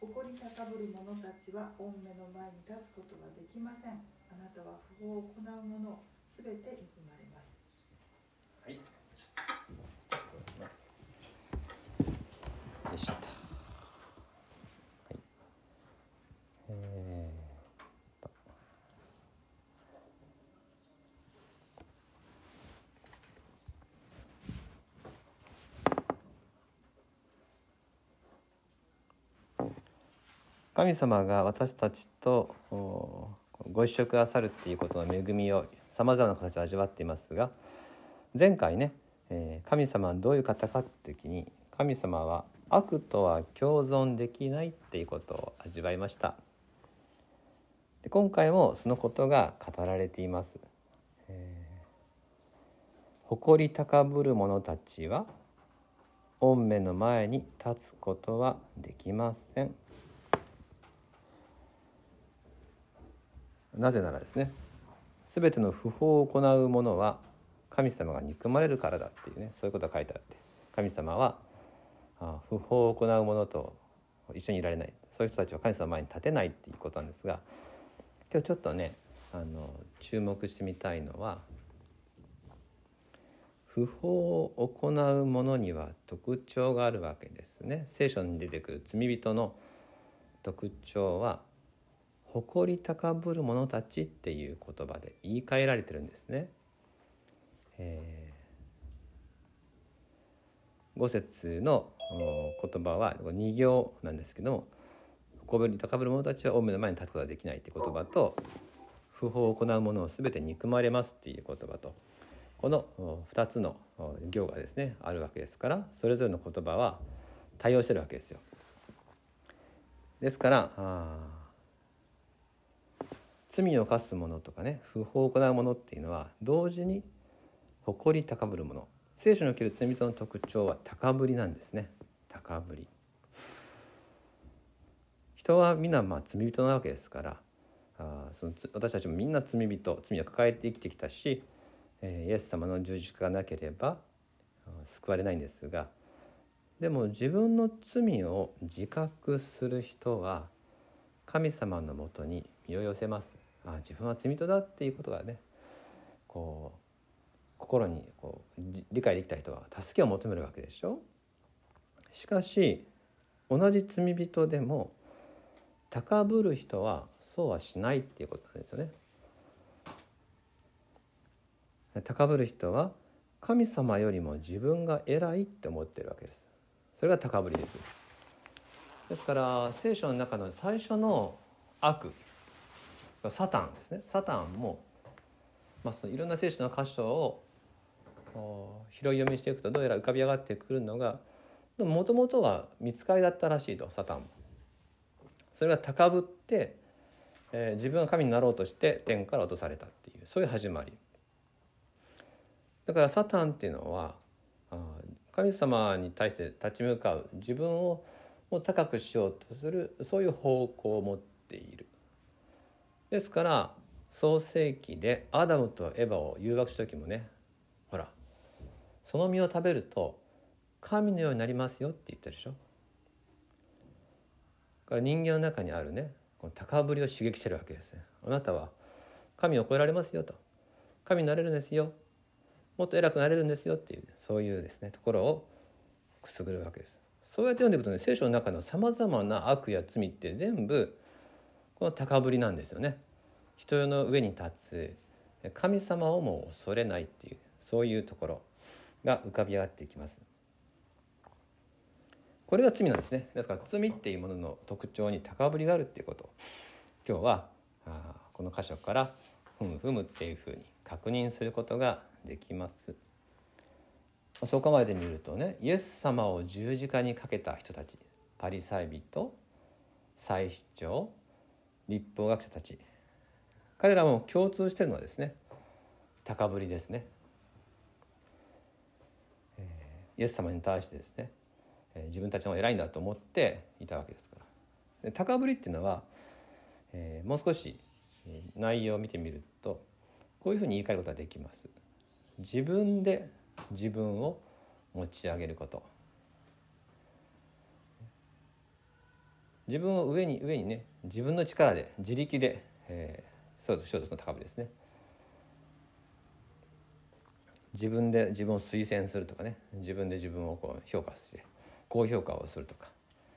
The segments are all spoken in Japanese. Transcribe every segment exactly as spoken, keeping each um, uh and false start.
誇り高ぶる者たちは御目の前に立つことができません。あなたは不法を行う者すべて憎まれます。 はい。よいしょ。はい。えー神様が私たちとご一緒くださるっていうことの恵みをさまざまな形で味わっていますが、前回ね、えー、神様はどういう方かって時に、神様は悪とは共存できないっていうことを味わいました。で今回もそのことが語られています。えー、誇り高ぶる者たちは御目の前に立つことはできません。なぜならですね、すべての不法を行う者は神様が憎まれるからだっていうね、そういうことが書いてあって、神様は不法を行う者と一緒にいられない、そういう人たちは神様の前に立てないっていうことなんですが、今日ちょっとねあの注目してみたいのは、不法を行う者には特徴があるわけですね。聖書に出てくる罪人の特徴は誇り高ぶる者たちっていう言葉で言い換えられてるんですね。えー、ご節の言葉はに行なんですけども、誇り高ぶる者たちは御目の前に立つことができないっていう言葉と、不法を行う者をすべて憎まれますっていう言葉と、このふたつの行がですねあるわけですから、それぞれの言葉は対応してるわけですよ。ですからあ罪を犯す者とかね、不法を行う者っていうのは同時に誇り高ぶる者。聖書における罪人の特徴は高ぶりなんですね。高ぶり。人はみんなまあ罪人なわけですから、あその私たちもみんな罪人、罪を抱えて生きてきたし、イエス様の十字架がなければ救われないんですが、でも自分の罪を自覚する人は神様のもとに身を寄せます。あ自分は罪人だっていうことがね、こう心にこう理解できた人は助けを求めるわけでしょ。しかし同じ罪人でも高ぶる人はそうはしないっていうことなんですよね。高ぶる人は神様よりも自分が偉いって思ってるわけです。それが高ぶりです。ですから聖書の中の最初の悪、サタンですね。サタンも、まあ、そのいろんな聖書の箇所を拾い読みしていくとどうやら浮かび上がってくるのが、もともとは御使いだったらしいと。サタンもそれが高ぶって、えー、自分が神になろうとして天から落とされたっていう、そういう始まりだから、サタンっていうのは神様に対して立ち向かう、自分をもう高くしようとする、そういう方向を持っている。ですから創世記でアダムとエバを誘惑した時もね、ほらその実を食べると神のようになりますよって言ったでしょ。だから人間の中にあるね、この高ぶりを刺激してるわけですね。あなたは神を超えられますよと、神になれるんですよ、もっと偉くなれるんですよっていう、そういうですねところをくすぐるわけです。そうやって読んでいくとね、聖書の中のさまざまな悪や罪って全部この高ぶりなんですよね。人の上に立つ、神様をも恐れないっていう、そういうところが浮かび上がっていきます。これが罪なんですね。ですから罪っていうものの特徴に高ぶりがあるっていうことを今日はあこの箇所からふむふむっていうふうに確認することができます。そう考えてみるとね、イエス様を十字架にかけた人たち、パリサイ人、祭司長、律法学者たち、彼らも共通しているのはですね、高ぶりですね。えー、イエス様に対してですね、えー、自分たちの偉いんだと思っていたわけですから。で高ぶりっていうのは、えー、もう少し内容を見てみるとこういうふうに言い換えることができます。自分で自分を持ち上げること、 自分を上に上にね自分の力で自力で、えー、そう衝突の高ぶりですね。自分で自分を推薦するとかね、自分で自分をこう評価して高評価をするとか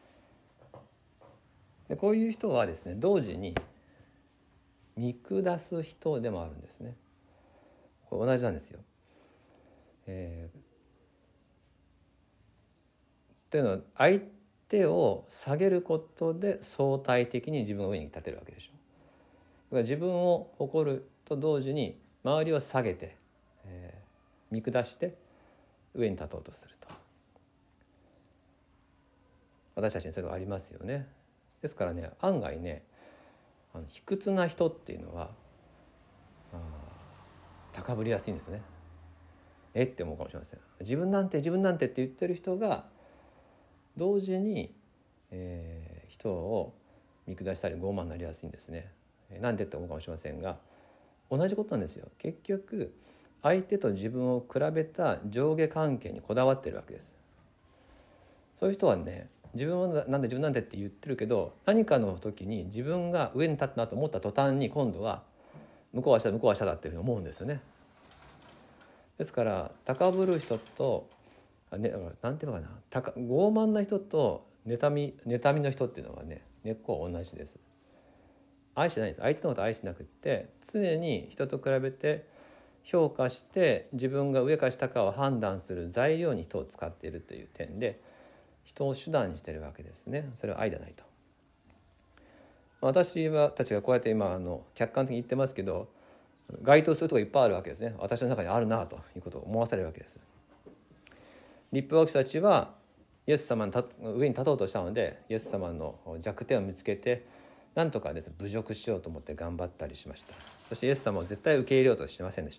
で、こういう人はですね同時に見下す人でもあるんですね。これ同じなんですよ。えー、というのは相手を下げることで相対的に自分の上に立てるわけでしょ。だから自分を誇ると同時に周りを下げて、えー見下して上に立とうとすると、私たちにそういうのがありますよね。ですからね案外ねあの卑屈な人っていうのはあ高ぶりやすいんですね。えって思うかもしれません。自分なんて自分なんてって言ってる人が同時に、えー、人を見下したり傲慢になりやすいんですね。なんでって思うかもしれませんが同じことなんですよ。結局相手と自分を比べた上下関係にこだわってるわけです。そういう人はね自分はなんで自分なんでって言ってるけど何かの時に自分が上に立ったなと思った途端に今度は向こうは下だ向こうは下だっていうふうに思うんですよね。ですから高ぶる人と、ね、なんていうのかな高傲慢な人と妬み妬みの人っていうのはね根っこは同じです。愛してないんです。相手のことを愛してなくって常に人と比べて評価して自分が上か下かを判断する材料に人を使っているという点で人を手段にしているわけですね。それは愛ではないと。私はたちがこうやって今あの客観的に言ってますけど該当するところいっぱいあるわけですね。私の中にあるなということを思わされるわけです。立法学者たちはイエス様の上に立とうとしたのでイエス様の弱点を見つけてなんとかですね侮辱しようと思って頑張ったりしました。そしてイエス様を絶対受け入れようとしてませんでした。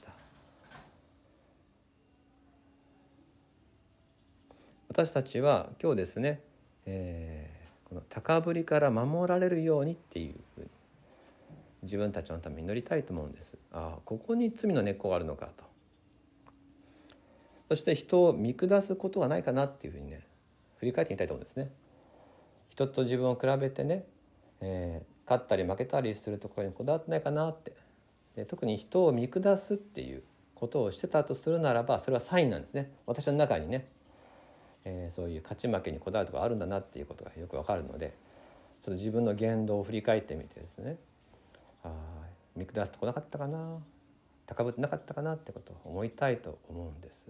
私たちは今日ですね、えー、この高ぶりから守られるようにっていうふうに自分たちのために祈りたいと思うんです。ああここに罪の根っこがあるのかと。そして人を見下すことはないかなっていうふうにね振り返ってみたいと思うんですね。人と自分を比べてね、えー、勝ったり負けたりするところにこだわってないかなって。で特に人を見下すっていうことをしてたとするならばそれはサインなんですね。私の中にね、えー、そういう勝ち負けにこだわるところがあるんだなっていうことがよくわかるのでちょっと自分の言動を振り返ってみてですねあ見下すとこなかったかな高ぶってなかったかなってことを思いたいと思うんです。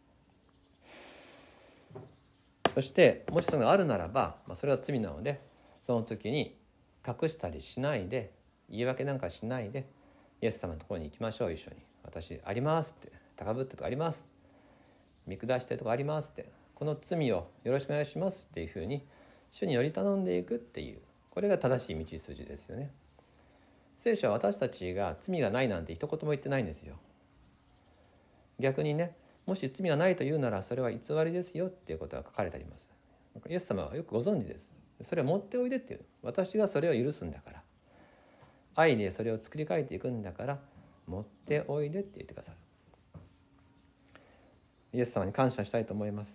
そしてもしそれがあるならば、まあ、それは罪なのでその時に隠したりしないで言い訳なんかしないでイエス様のところに行きましょう。一緒に私ありますって高ぶってるとこあります見下してるとこありますってこの罪をよろしくお願いしますっていうふうに主により頼んでいくっていうこれが正しい道筋ですよね。聖書は私たちが罪がないなんて一言も言ってないんですよ。逆にねもし罪がないと言うならそれは偽りですよっていうことが書かれてあります。イエス様はよくご存知です。それを持っておいでっていう私がそれを許すんだから愛でそれを作り変えていくんだから持っておいでって言ってくださる。イエス様に感謝したいと思います。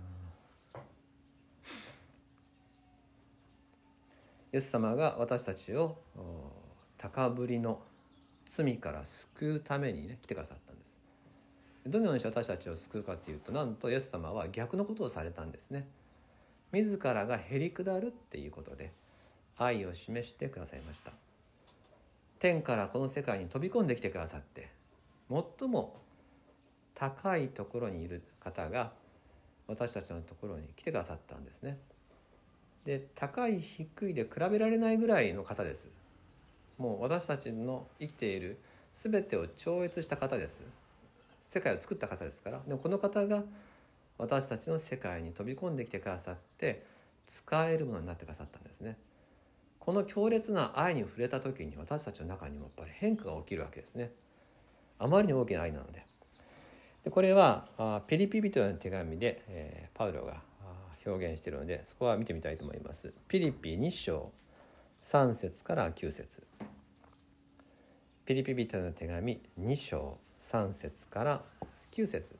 イエス様が私たちを高ぶりの罪から救うためにね来てくださったんです。どのようにして私たちを救うかというとなんとイエス様は逆のことをされたんですね。自らがへり下るっていうことで愛を示してくださいました。天からこの世界に飛び込んできてくださって最も高いところにいる方が私たちのところに来てくださったんですね。で高い低いで比べられないぐらいの方です。もう私たちの生きている全てを超越した方です。世界を作った方ですから。でもこの方が私たちの世界に飛び込んできてくださって使えるものになってくださったんですね。この強烈な愛に触れた時に私たちの中にもやっぱり変化が起きるわけですね。あまりに大きな愛なので。でこれはピリピ人への手紙で、えー、パウロが表現しているのでそこは見てみたいと思います。ピリピに章さん節からきゅう節。ピリピ人への手紙に章さん節からきゅう節。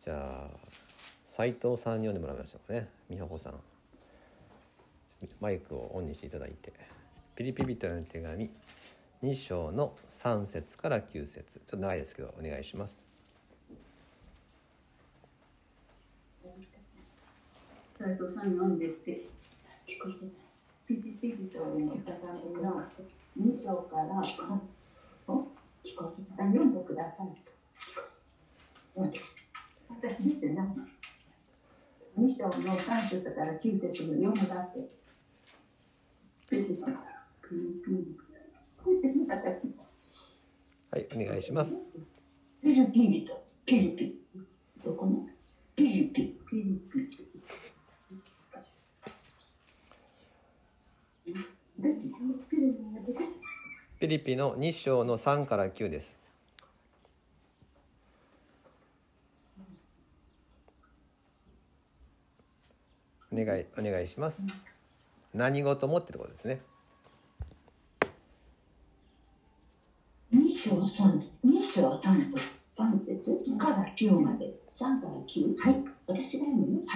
じゃあ斉藤さんに読んでもらいましょうかね。美穂子さん、マイクをオンにしていただいて、ピリピリとの手紙に章のさん節からきゅう節、ちょっと長いですけどお願いします。 斉藤さん読んでって聞こえてない。ピリピリとの手紙のに章からお聞こえてない。読んでください。うん、私見てない。に章のさん節からきゅう節の読むだけ。ピリピリピリピリ。 はい、お願いします。 ピリピリとピリピリ。どこのピリピリピリピリ。 ピリピのに章のさんからきゅうです。お願い、お願いします。何事もってところですね。 に章さん節、に章さん節、さん節からきゅうまで。さんからきゅう。はい。私が読むね。はい。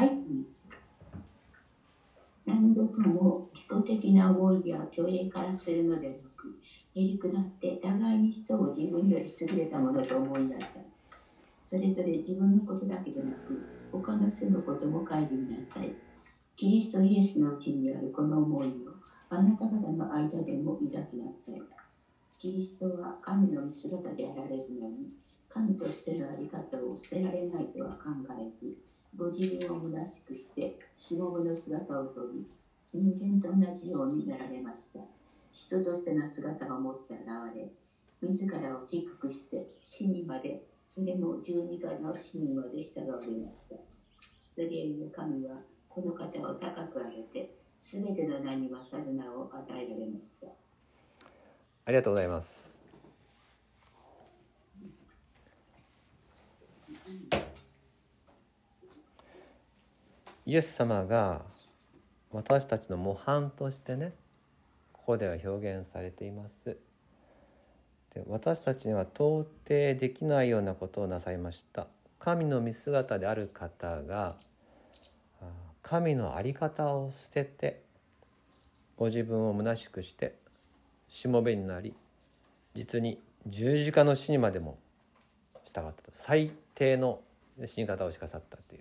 何事も自己的な思いや虚栄からするのでなく、へりくだって互いに人を自分より優れたものと思いなさい。それぞれ自分のことだけでなく、他の人のことも顧みなさい。キリストイエスのうちにあるこの思いをあなた方の間でも抱きなさい。キリストは神の姿であられるのに、神としてのあり方を捨てられないとは考えず、ご自分を虚しくしてしもべの姿をとり、人間と同じようになられました。人としての姿を持って現れ、自らを低くして死にまで、それも十字架の死にまで従われました。それゆえ神はこの方を高く上げて、すべての名に勝る名を与えられました。 ありがとうございます。イエス様が私たちの模範としてね、ここでは表現されています。で、私たちには到底できないようなことをなさいました。神の見姿である方が神の在り方を捨てて、ご自分を虚しくしてしもべになり、実に十字架の死にまでも従ったと、最低の死に方をしかさったという。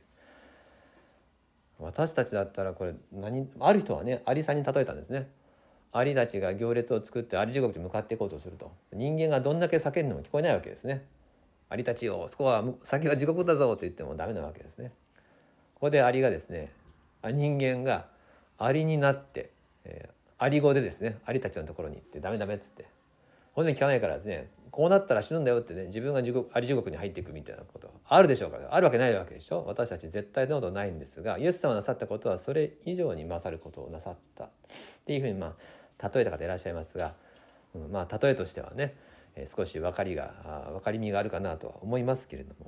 私たちだったらこれ何、ある人はね、アリさんに例えたんですね。アリたちが行列を作ってアリ地獄に向かっていこうとすると、人間がどんだけ叫んでも聞こえないわけですね。アリたちよ、そこは先は地獄だぞと言ってもダメなわけですね。ここでアリがですね、人間がアリになって、えー、アリ語でですね、アリたちのところに行ってダメダメっつって、本当に聞かないからですね、こうなったら死ぬんだよってね、自分が地獄、アリ地獄に入っていくみたいなことあるでしょうか。あるわけないわけでしょ。私たち絶対のことないんですが、イエス様がなさったことはそれ以上に勝ることをなさったっていうふうに、まあ例えた方いらっしゃいますが、うん、まあ例えとしてはね、えー、少し分かりが分かりみがあるかなとは思いますけれども、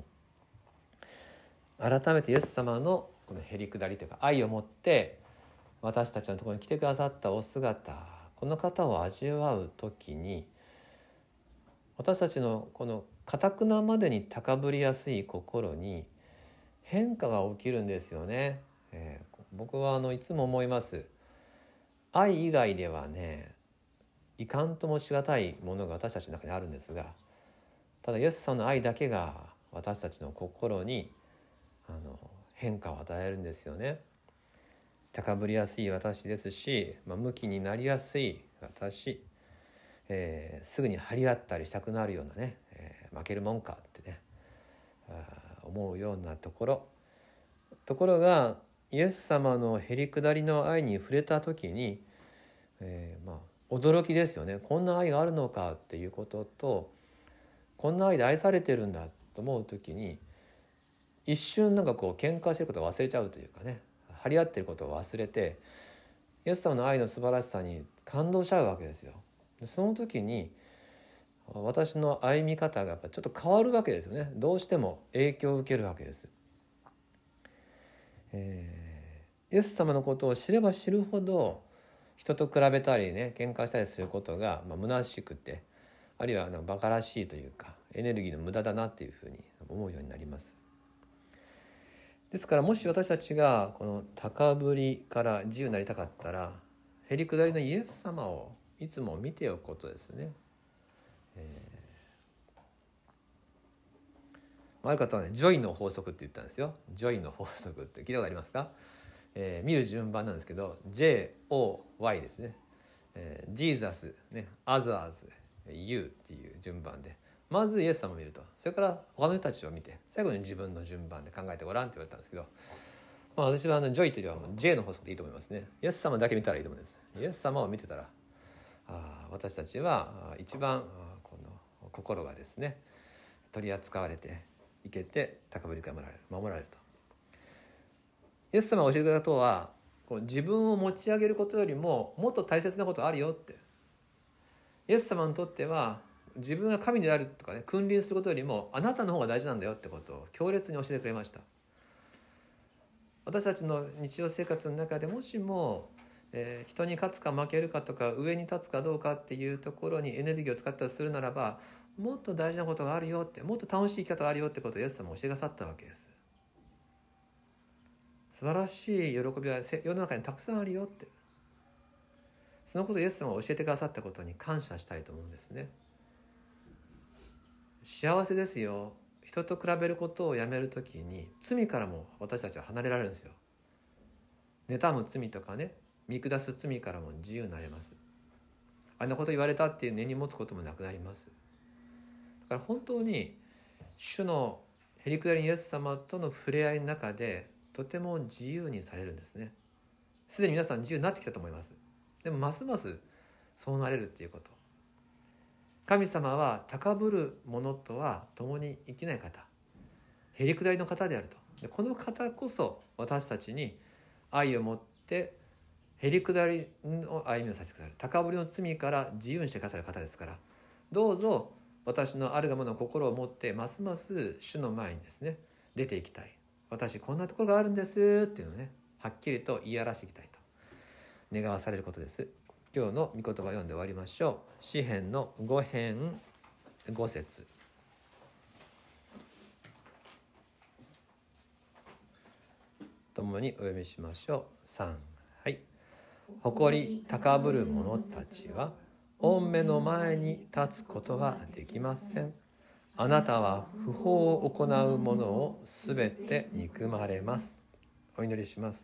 改めてイエス様のこのへりくだりというか愛を持って私たちのところに来てくださったお姿、この方を味わうときに、私たちのこの堅くなまでに高ぶりやすい心に変化が起きるんですよね。えー、僕はあのいつも思います。愛以外ではね、いかんともしがたいものが私たちの中にあるんですが、ただイエス様の愛だけが私たちの心にあの変化を与えるんですよね。高ぶりやすい私ですし、まあ、向きになりやすい私、えー、すぐに張り合ったりしたくなるようなね、えー、負けるもんかってね思うようなところところが、イエス様のへりくだりの愛に触れた時に、えー、まあ驚きですよね。こんな愛があるのかっていうことと、こんな愛で愛されてるんだと思う時に、一瞬なんかこう喧嘩してることを忘れちゃうというかね、張り合ってることを忘れてイエス様の愛の素晴らしさに感動しちゃうわけですよ。その時に私の歩み方がやっぱちょっと変わるわけですよね。どうしても影響を受けるわけです。えー、イエス様のことを知れば知るほど人と比べたりね、喧嘩したりすることが、まあ、虚しくて、あるいはバカらしいというかエネルギーの無駄だなっていうふうに思うようになります。 ですからもし私たちがこの高ぶりから自由になりたかったら、へりくだりのイエス様をいつも見ておくことですね。えー、ある方はね、ジョイの法則って言ったんですよ。ジョイの法則って聞いたことありますか？えー、見る順番なんですけど ジェイオーワイ ですね。えー、ジーザス、ね、アザーズ、ユーっていう順番で、まずイエス様を見ると、それから他の人たちを見て、最後に自分の順番で考えてごらんって言われたんですけど、まあ、私はあのジョイというよりは ジェイ の法則でいいと思いますね。イエス様だけ見たらいいと思うんです。イエス様を見てたら、あ私たちは一番この心がですね取り扱われていけて、高ぶりから守られる守られると。イエス様が教えてくれたことは、こう自分を持ち上げることよりももっと大切なことあるよって。イエス様にとっては自分が神であるとかね、君臨することよりもあなたの方が大事なんだよってことを強烈に教えてくれました。私たちの日常生活の中でもしも、えー、人に勝つか負けるかとか上に立つかどうかっていうところにエネルギーを使ったりするならば、もっと大事なことがあるよって、もっと楽しい生き方があるよってことをイエス様が教えてくださったわけです。素晴らしい喜びは世の中にたくさんあるよって、そのことをイエス様が教えてくださったことに感謝したいと思うんですね。幸せですよ。人と比べることをやめるときに罪からも私たちは離れられるんですよ。妬む罪とかね、見下す罪からも自由になれます。あんなこと言われたっていう根に持つこともなくなります。だから本当に主のへりくだりイエス様との触れ合いの中でとても自由にされるんですね。すでに皆さん自由になってきたと思います。でもますますそうなれるっていうこと。神様は高ぶる者とは共に生きない方、へりくだりの方であると。でこの方こそ私たちに愛を持ってへりくだりの歩みをさせてくださる、高ぶりの罪から自由にしてくださる方ですから、どうぞ私のあるがままの心を持ってますます主の前にですね出ていきたい。私こんなところがあるんですっていうのをね、はっきりと言い表していきたいと願わされることです。今日の御言葉を読んで終わりましょう。詩編のご編ご節。共にお読みしましょう。さん、はい。誇り高ぶる者たちは御目の前に立つことはできません。あなたは不法を行う者をすべて憎まれます。お祈りします。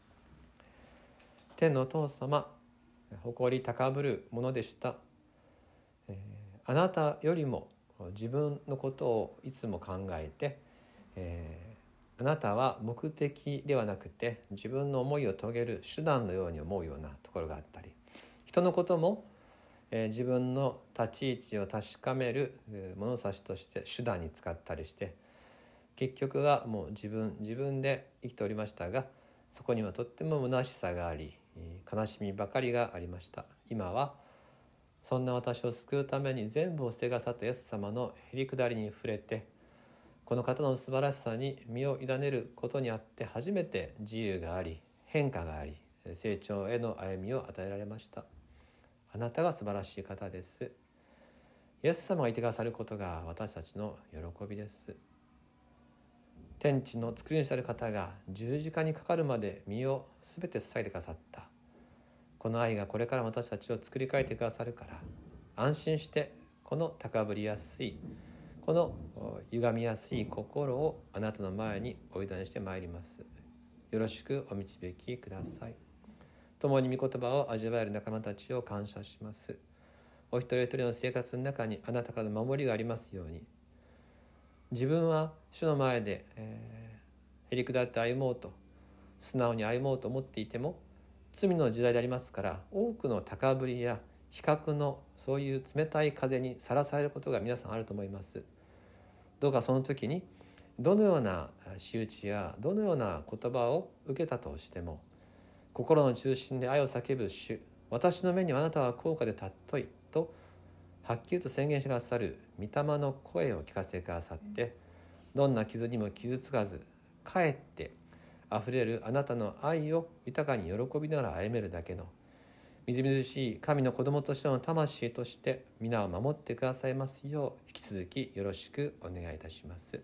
天のお父様、誇り高ぶるものでした、えー、あなたよりも自分のことをいつも考えて、えー、あなたは目的ではなくて自分の思いを遂げる手段のように思うようなところがあったり、人のことも、えー、自分の立ち位置を確かめる物差しとして手段に使ったりして、結局はもう自分自分で生きておりましたが、そこにはとっても虚しさがあり、悲しみばかりがありました。今はそんな私を救うために全部を捨てくださったイエス様のへりくだりに触れて、この方の素晴らしさに身を委ねることにあって初めて自由があり、変化があり、成長への歩みを与えられました。あなたが素晴らしい方です。イエス様がいてくださることが私たちの喜びです。天地の作り主である方が十字架にかかるまで身をすべて捧げてくださった。この愛がこれから私たちを作り変えてくださるから、安心してこの高ぶりやすい、この歪みやすい心をあなたの前にお委ねしてまいります。よろしくお導きください。共に御言葉を味わえる仲間たちを感謝します。お一人一人の生活の中にあなたからの守りがありますように、自分は主の前で、えー、へりくだって歩もうと、素直に歩もうと思っていても、罪の時代でありますから、多くの高ぶりや比較のそういう冷たい風にさらされることが皆さんあると思います。どうかその時にどのような仕打ちやどのような言葉を受けたとしても、心の中心で愛を叫ぶ主、私の目にあなたは高価で尊いとはっきりと宣言してくださる御霊の声を聞かせてくださって、どんな傷にも傷つかず、かえってあふれるあなたの愛を豊かに喜びながら歩めるだけのみずみずしい神の子供としての魂として皆を守ってくださいますよう、引き続きよろしくお願いいたします。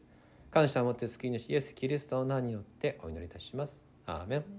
感謝をもって救い主イエス・キリストの名によってお祈りいたします。アーメン。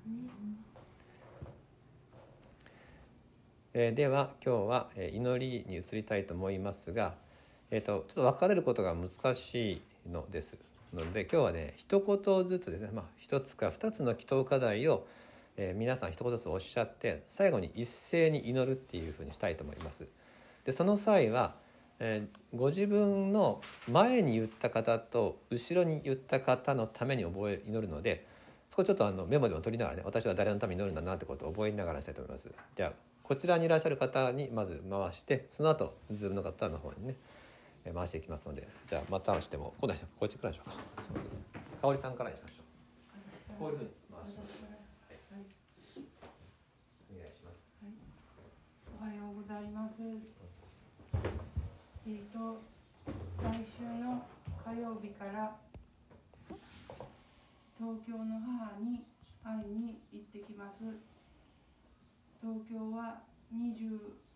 えー、では今日は祈りに移りたいと思いますが、えー、とちょっと分かれることが難しいのですので、今日はね一言ずつですね、まあ、一つか二つの祈祷課題を、えー、皆さん一言ずつおっしゃって最後に一斉に祈るっていうふうにしたいと思います。でその際は、えー、ご自分の前に言った方と後ろに言った方のために覚え祈るので、そこちょっとあのメモでも取りながらね、私は誰のために祈るんだなってことを覚えながらしたいと思います。じゃあこちらにいらっしゃる方にまず回して、その後ズームの方の方にね回していきますので、じゃあまたしても今度はこっちからでしょうか。香織さんからにしましょう。こういうふうに回します。はい、お願いします。 はい、おはようございます。えっと来週の火曜日から東京の母に会いに行ってきます。東京はにじゅう